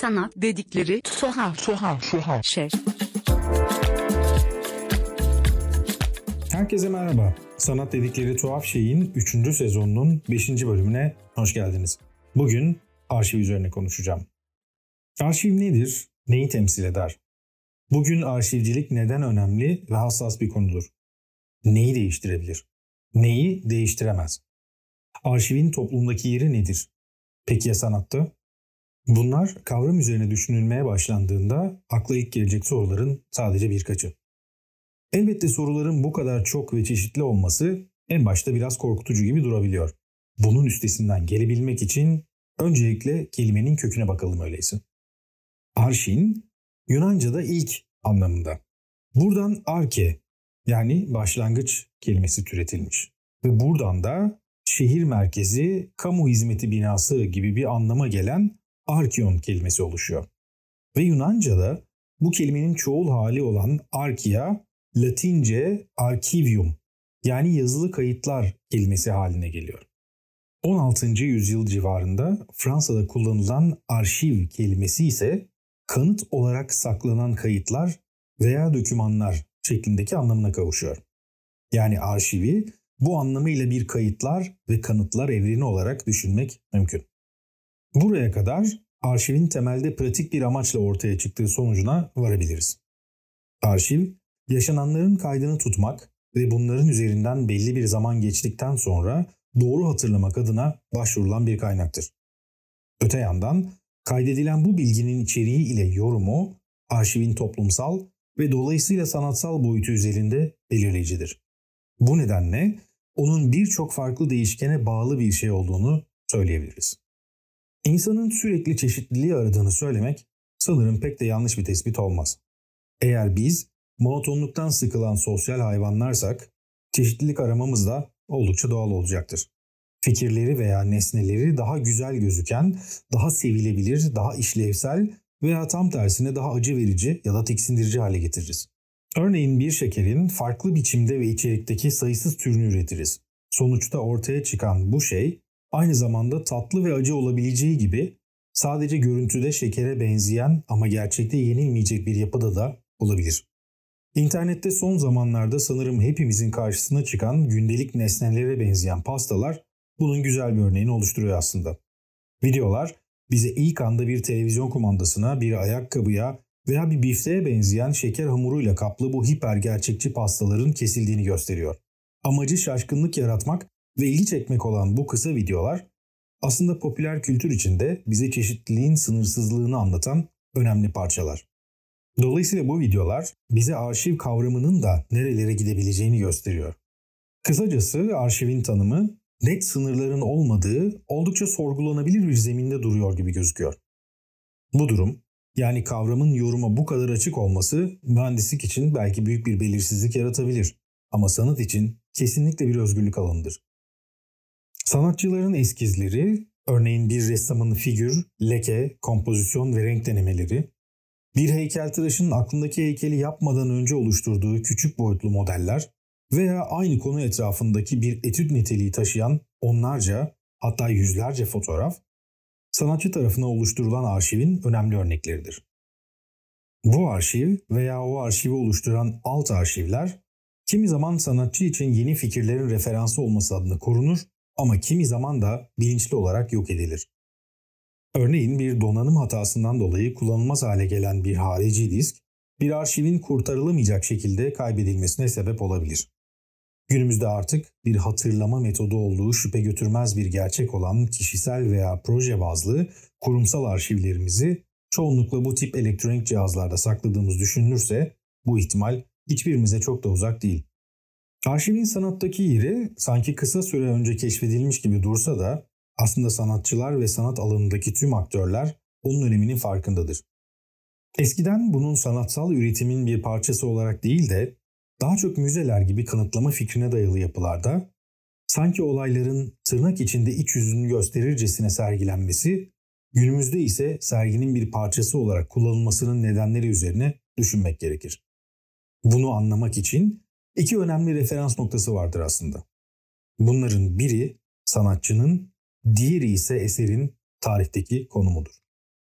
Sanat dedikleri tuhaf şey. Herkese merhaba. Sanat dedikleri tuhaf şeyin 3. sezonunun 5. bölümüne hoş geldiniz. Bugün arşiv üzerine konuşacağım. Arşiv nedir? Neyi temsil eder? Bugün arşivcilik neden önemli ve hassas bir konudur? Neyi değiştirebilir? Neyi değiştiremez? Arşivin toplumdaki yeri nedir? Peki ya sanatta? Bunlar kavram üzerine düşünülmeye başlandığında akla ilk gelecek soruların sadece birkaçı. Elbette soruların bu kadar çok ve çeşitli olması en başta biraz korkutucu gibi durabiliyor. Bunun üstesinden gelebilmek için öncelikle kelimenin köküne bakalım öyleyse. Arşin, Yunanca'da ilk anlamında. Buradan arke yani başlangıç kelimesi türetilmiş. Ve buradan da şehir merkezi, kamu hizmeti binası gibi bir anlama gelen arkion kelimesi oluşuyor. Ve Yunanca'da bu kelimenin çoğul hali olan arkia, Latince archivium yani yazılı kayıtlar kelimesi haline geliyor. 16. yüzyıl civarında Fransa'da kullanılan arşiv kelimesi ise kanıt olarak saklanan kayıtlar veya dokümanlar şeklindeki anlamına kavuşuyor. Yani arşivi bu anlamıyla bir kayıtlar ve kanıtlar evreni olarak düşünmek mümkün. Buraya kadar arşivin temelde pratik bir amaçla ortaya çıktığı sonucuna varabiliriz. Arşiv, yaşananların kaydını tutmak ve bunların üzerinden belli bir zaman geçtikten sonra doğru hatırlamak adına başvurulan bir kaynaktır. Öte yandan kaydedilen bu bilginin içeriği ile yorumu arşivin toplumsal ve dolayısıyla sanatsal boyutu üzerinde belirleyicidir. Bu nedenle onun birçok farklı değişkene bağlı bir şey olduğunu söyleyebiliriz. İnsanın sürekli çeşitliliği aradığını söylemek sanırım pek de yanlış bir tespit olmaz. Eğer biz monotonluktan sıkılan sosyal hayvanlarsak çeşitlilik aramamız da oldukça doğal olacaktır. Fikirleri veya nesneleri daha güzel gözüken, daha sevilebilir, daha işlevsel veya tam tersine daha acı verici ya da tiksindirici hale getiririz. Örneğin bir şekerin farklı biçimde ve içerikteki sayısız türünü üretiriz. Sonuçta ortaya çıkan bu şey aynı zamanda tatlı ve acı olabileceği gibi sadece görüntüde şekere benzeyen ama gerçekte yenilmeyecek bir yapıda da olabilir. İnternette son zamanlarda sanırım hepimizin karşısına çıkan gündelik nesnelere benzeyen pastalar bunun güzel bir örneğini oluşturuyor aslında. Videolar bize ilk anda bir televizyon kumandasına, bir ayakkabıya veya bir bifteğe benzeyen şeker hamuruyla kaplı bu hiper gerçekçi pastaların kesildiğini gösteriyor. Amacı şaşkınlık yaratmak ve ilgi çekmek olan bu kısa videolar aslında popüler kültür içinde bize çeşitliliğin sınırsızlığını anlatan önemli parçalar. Dolayısıyla bu videolar bize arşiv kavramının da nerelere gidebileceğini gösteriyor. Kısacası arşivin tanımı net sınırların olmadığı oldukça sorgulanabilir bir zeminde duruyor gibi gözüküyor. Bu durum yani kavramın yoruma bu kadar açık olması mühendislik için belki büyük bir belirsizlik yaratabilir ama sanat için kesinlikle bir özgürlük alanıdır. Sanatçıların eskizleri, örneğin bir ressamın figür, leke, kompozisyon ve renk denemeleri, bir heykeltıraşın aklındaki heykeli yapmadan önce oluşturduğu küçük boyutlu modeller veya aynı konu etrafındaki bir etüt niteliği taşıyan onlarca hatta yüzlerce fotoğraf, sanatçı tarafından oluşturulan arşivin önemli örnekleridir. Bu arşiv veya o arşivi oluşturan alt arşivler, kimi zaman sanatçı için yeni fikirlerin referansı olması adına korunur ama kimi zaman da bilinçli olarak yok edilir. Örneğin bir donanım hatasından dolayı kullanılmaz hale gelen bir harici disk, bir arşivin kurtarılamayacak şekilde kaybedilmesine sebep olabilir. Günümüzde artık bir hatırlama metodu olduğu şüphe götürmez bir gerçek olan kişisel veya proje bazlı kurumsal arşivlerimizi çoğunlukla bu tip elektronik cihazlarda sakladığımız düşünülürse bu ihtimal hiçbirimize çok da uzak değil. Arşivin sanattaki yeri sanki kısa süre önce keşfedilmiş gibi dursa da aslında sanatçılar ve sanat alanındaki tüm aktörler onun öneminin farkındadır. Eskiden bunun sanatsal üretimin bir parçası olarak değil de daha çok müzeler gibi kanıtlama fikrine dayalı yapılarda sanki olayların tırnak içinde iç yüzünü gösterircesine sergilenmesi, günümüzde ise serginin bir parçası olarak kullanılmasının nedenleri üzerine düşünmek gerekir. Bunu anlamak için iki önemli referans noktası vardır aslında. Bunların biri sanatçının, diğeri ise eserin tarihteki konumudur.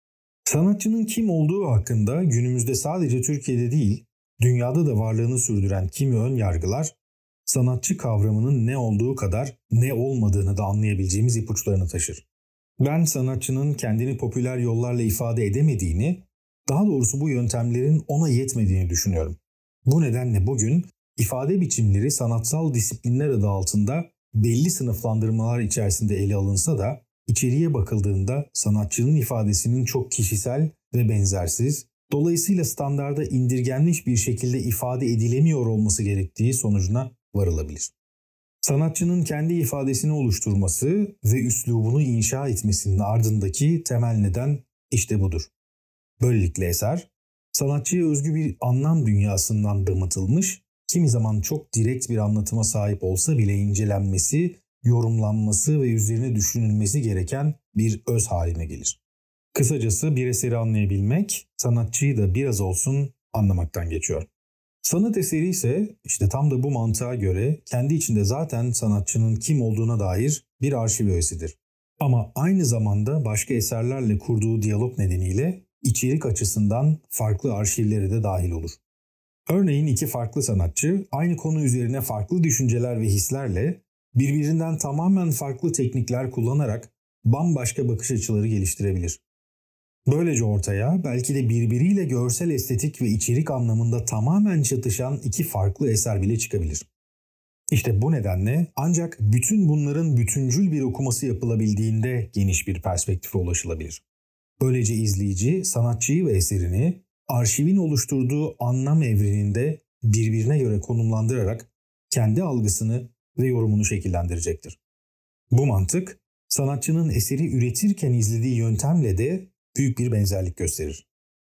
Sanatçının kim olduğu hakkında günümüzde sadece Türkiye'de değil, dünyada da varlığını sürdüren kimi ön yargılar, sanatçı kavramının ne olduğu kadar ne olmadığını da anlayabileceğimiz ipuçlarını taşır. Ben sanatçının kendini popüler yollarla ifade edemediğini, daha doğrusu bu yöntemlerin ona yetmediğini düşünüyorum. Bu nedenle bugün ifade biçimleri sanatsal disiplinler adı altında belli sınıflandırmalar içerisinde ele alınsa da içeriye bakıldığında sanatçının ifadesinin çok kişisel ve benzersiz, dolayısıyla standarda indirgenmiş bir şekilde ifade edilemiyor olması gerektiği sonucuna varılabilir. Sanatçının kendi ifadesini oluşturması ve üslubunu inşa etmesinin ardındaki temel neden işte budur. Böylelikle eser, sanatçıya özgü bir anlam dünyasından damıtılmış, kimi zaman çok direkt bir anlatıma sahip olsa bile incelenmesi, yorumlanması ve üzerine düşünülmesi gereken bir öz haline gelir. Kısacası bir eseri anlayabilmek, sanatçıyı da biraz olsun anlamaktan geçiyor. Sanat eseri ise işte tam da bu mantığa göre kendi içinde zaten sanatçının kim olduğuna dair bir arşiv öğesidir. Ama aynı zamanda başka eserlerle kurduğu diyalog nedeniyle içerik açısından farklı arşivlere de dahil olur. Örneğin iki farklı sanatçı aynı konu üzerine farklı düşünceler ve hislerle birbirinden tamamen farklı teknikler kullanarak bambaşka bakış açıları geliştirebilir. Böylece ortaya belki de birbiriyle görsel estetik ve içerik anlamında tamamen çatışan iki farklı eser bile çıkabilir. İşte bu nedenle ancak bütün bunların bütüncül bir okuması yapılabildiğinde geniş bir perspektife ulaşılabilir. Böylece izleyici sanatçıyı ve eserini arşivin oluşturduğu anlam evreninde birbirine göre konumlandırarak kendi algısını ve yorumunu şekillendirecektir. Bu mantık sanatçının eseri üretirken izlediği yöntemle de büyük bir benzerlik gösterir.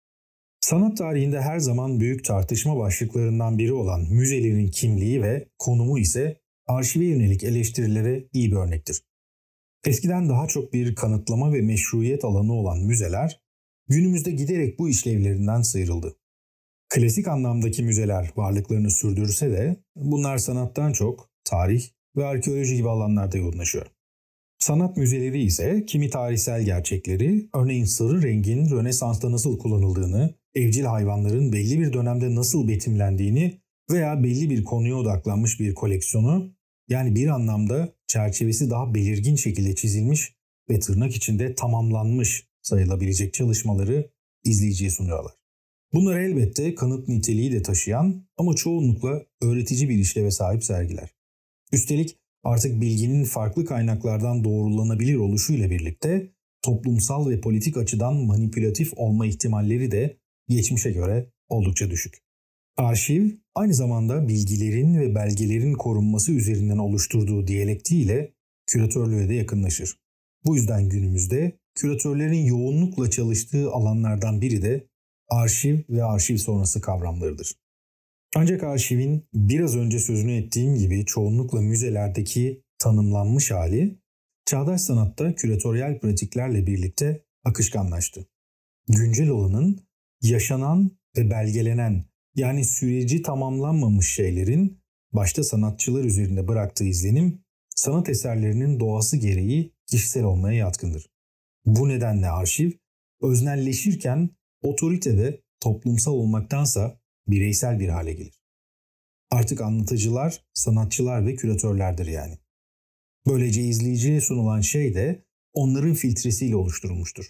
Sanat tarihinde her zaman büyük tartışma başlıklarından biri olan müzelerin kimliği ve konumu ise arşive yönelik eleştirilere iyi bir örnektir. Eskiden daha çok bir kanıtlama ve meşruiyet alanı olan müzeler, günümüzde giderek bu işlevlerinden sıyrıldı. Klasik anlamdaki müzeler varlıklarını sürdürse de bunlar sanattan çok tarih ve arkeoloji gibi alanlarda yoğunlaşıyor. Sanat müzeleri ise kimi tarihsel gerçekleri, örneğin sarı rengin Rönesans'ta nasıl kullanıldığını, evcil hayvanların belli bir dönemde nasıl betimlendiğini veya belli bir konuya odaklanmış bir koleksiyonu, yani bir anlamda çerçevesi daha belirgin şekilde çizilmiş ve tırnak içinde tamamlanmış sayılabilecek çalışmaları izleyiciye sunuyorlar. Bunlar elbette kanıt niteliği de taşıyan ama çoğunlukla öğretici bir işleve sahip sergiler. Üstelik artık bilginin farklı kaynaklardan doğrulanabilir oluşuyla birlikte toplumsal ve politik açıdan manipülatif olma ihtimalleri de geçmişe göre oldukça düşük. Arşiv, aynı zamanda bilgilerin ve belgelerin korunması üzerinden oluşturduğu diyalektiğiyle küratörlüğe de yakınlaşır. Bu yüzden günümüzde küratörlerin yoğunlukla çalıştığı alanlardan biri de arşiv ve arşiv sonrası kavramlarıdır. Ancak arşivin biraz önce sözünü ettiğim gibi çoğunlukla müzelerdeki tanımlanmış hali, çağdaş sanatta küratöryel pratiklerle birlikte akışkanlaştı. Güncel olanın yaşanan ve belgelenen, yani süreci tamamlanmamış şeylerin başta sanatçılar üzerinde bıraktığı izlenim, sanat eserlerinin doğası gereği kişisel olmaya yatkındır. Bu nedenle arşiv, öznelleşirken otoritede toplumsal olmaktansa bireysel bir hale gelir. Artık anlatıcılar, sanatçılar ve küratörlerdir yani. Böylece izleyiciye sunulan şey de onların filtresiyle oluşturulmuştur.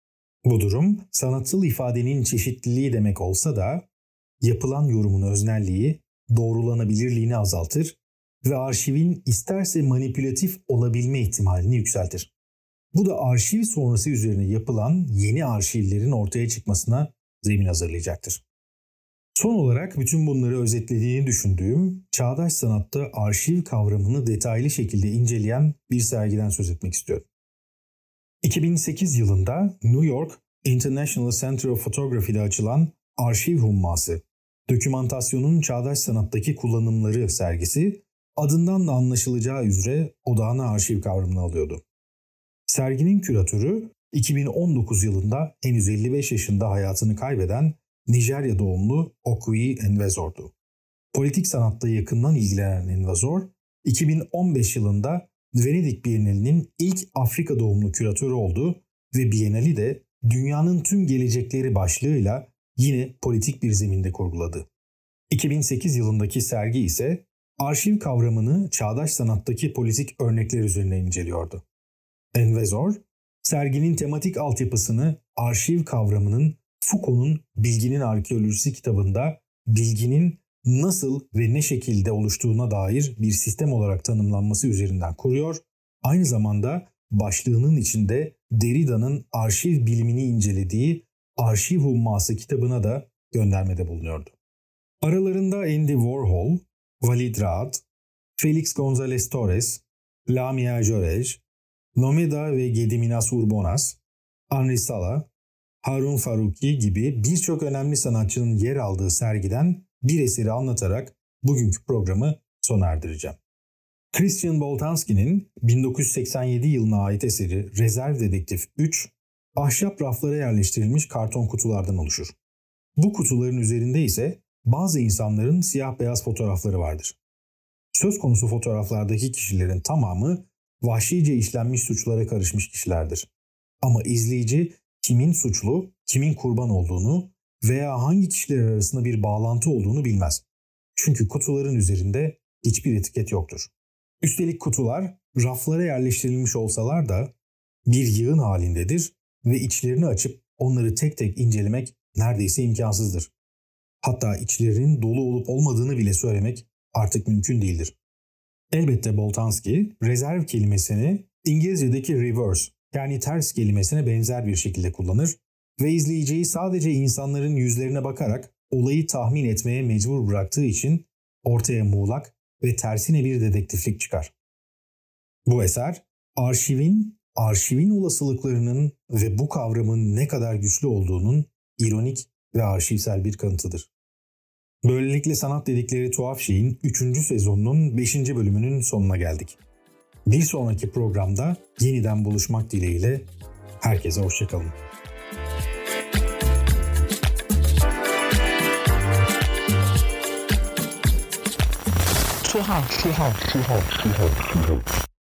Bu durum sanatsal ifadenin çeşitliliği demek olsa da yapılan yorumun öznelliği, doğrulanabilirliğini azaltır ve arşivin isterse manipülatif olabilme ihtimalini yükseltir. Bu da arşiv sonrası üzerine yapılan yeni arşivlerin ortaya çıkmasına zemin hazırlayacaktır. Son olarak bütün bunları özetlediğini düşündüğüm, çağdaş sanatta arşiv kavramını detaylı şekilde inceleyen bir sergiden söz etmek istiyorum. 2008 yılında New York International Center of Photography'de açılan Arşiv Humması, dokümantasyonun çağdaş sanattaki kullanımları sergisi, adından da anlaşılacağı üzere odağına arşiv kavramını alıyordu. Serginin küratörü 2019 yılında henüz 55 yaşında hayatını kaybeden Nijerya doğumlu Okuyi Enwezor'du. Politik sanatta yakından ilgilenen Enwezor, 2015 yılında Venedik Bienalinin ilk Afrika doğumlu küratörü oldu ve Bienali de Dünyanın Tüm Gelecekleri başlığıyla yine politik bir zeminde kurguladı. 2008 yılındaki sergi ise arşiv kavramını çağdaş sanattaki politik örnekler üzerinden inceliyordu. Envezor, serginin tematik altyapısını arşiv kavramının Foucault'un Bilginin Arkeolojisi kitabında bilginin nasıl ve ne şekilde oluştuğuna dair bir sistem olarak tanımlanması üzerinden kuruyor, aynı zamanda başlığının içinde Derrida'nın arşiv bilimini incelediği Arşiv Humması kitabına da göndermede bulunuyordu. Aralarında Andy Warhol, Walid Raad, Felix González Torres, Lamia Jorej, Nomeda ve Gediminas Urbonas, Henri Sala, Harun Faruqi gibi birçok önemli sanatçının yer aldığı sergiden bir eseri anlatarak bugünkü programı sona erdireceğim. Christian Boltanski'nin 1987 yılına ait eseri Rezerv Dedektif 3, ahşap raflara yerleştirilmiş karton kutulardan oluşur. Bu kutuların üzerinde ise bazı insanların siyah beyaz fotoğrafları vardır. Söz konusu fotoğraflardaki kişilerin tamamı vahşice işlenmiş suçlara karışmış kişilerdir. Ama izleyici kimin suçlu, kimin kurban olduğunu veya hangi kişiler arasında bir bağlantı olduğunu bilmez. Çünkü kutuların üzerinde hiçbir etiket yoktur. Üstelik kutular raflara yerleştirilmiş olsalar da bir yığın halindedir ve içlerini açıp onları tek tek incelemek neredeyse imkansızdır. Hatta içlerinin dolu olup olmadığını bile söylemek artık mümkün değildir. Elbette Boltanski, rezerv kelimesini İngilizce'deki reverse yani ters kelimesine benzer bir şekilde kullanır ve izleyiciyi sadece insanların yüzlerine bakarak olayı tahmin etmeye mecbur bıraktığı için ortaya muğlak ve tersine bir dedektiflik çıkar. Bu eser, arşivin olasılıklarının ve bu kavramın ne kadar güçlü olduğunun ironik ve arşivsel bir kanıtıdır. Böylelikle Sanat Dedikleri Tuhaf Şey'in 3. sezonunun 5. bölümünün sonuna geldik. Bir sonraki programda yeniden buluşmak dileğiyle herkese hoşçakalın. Tuhaf.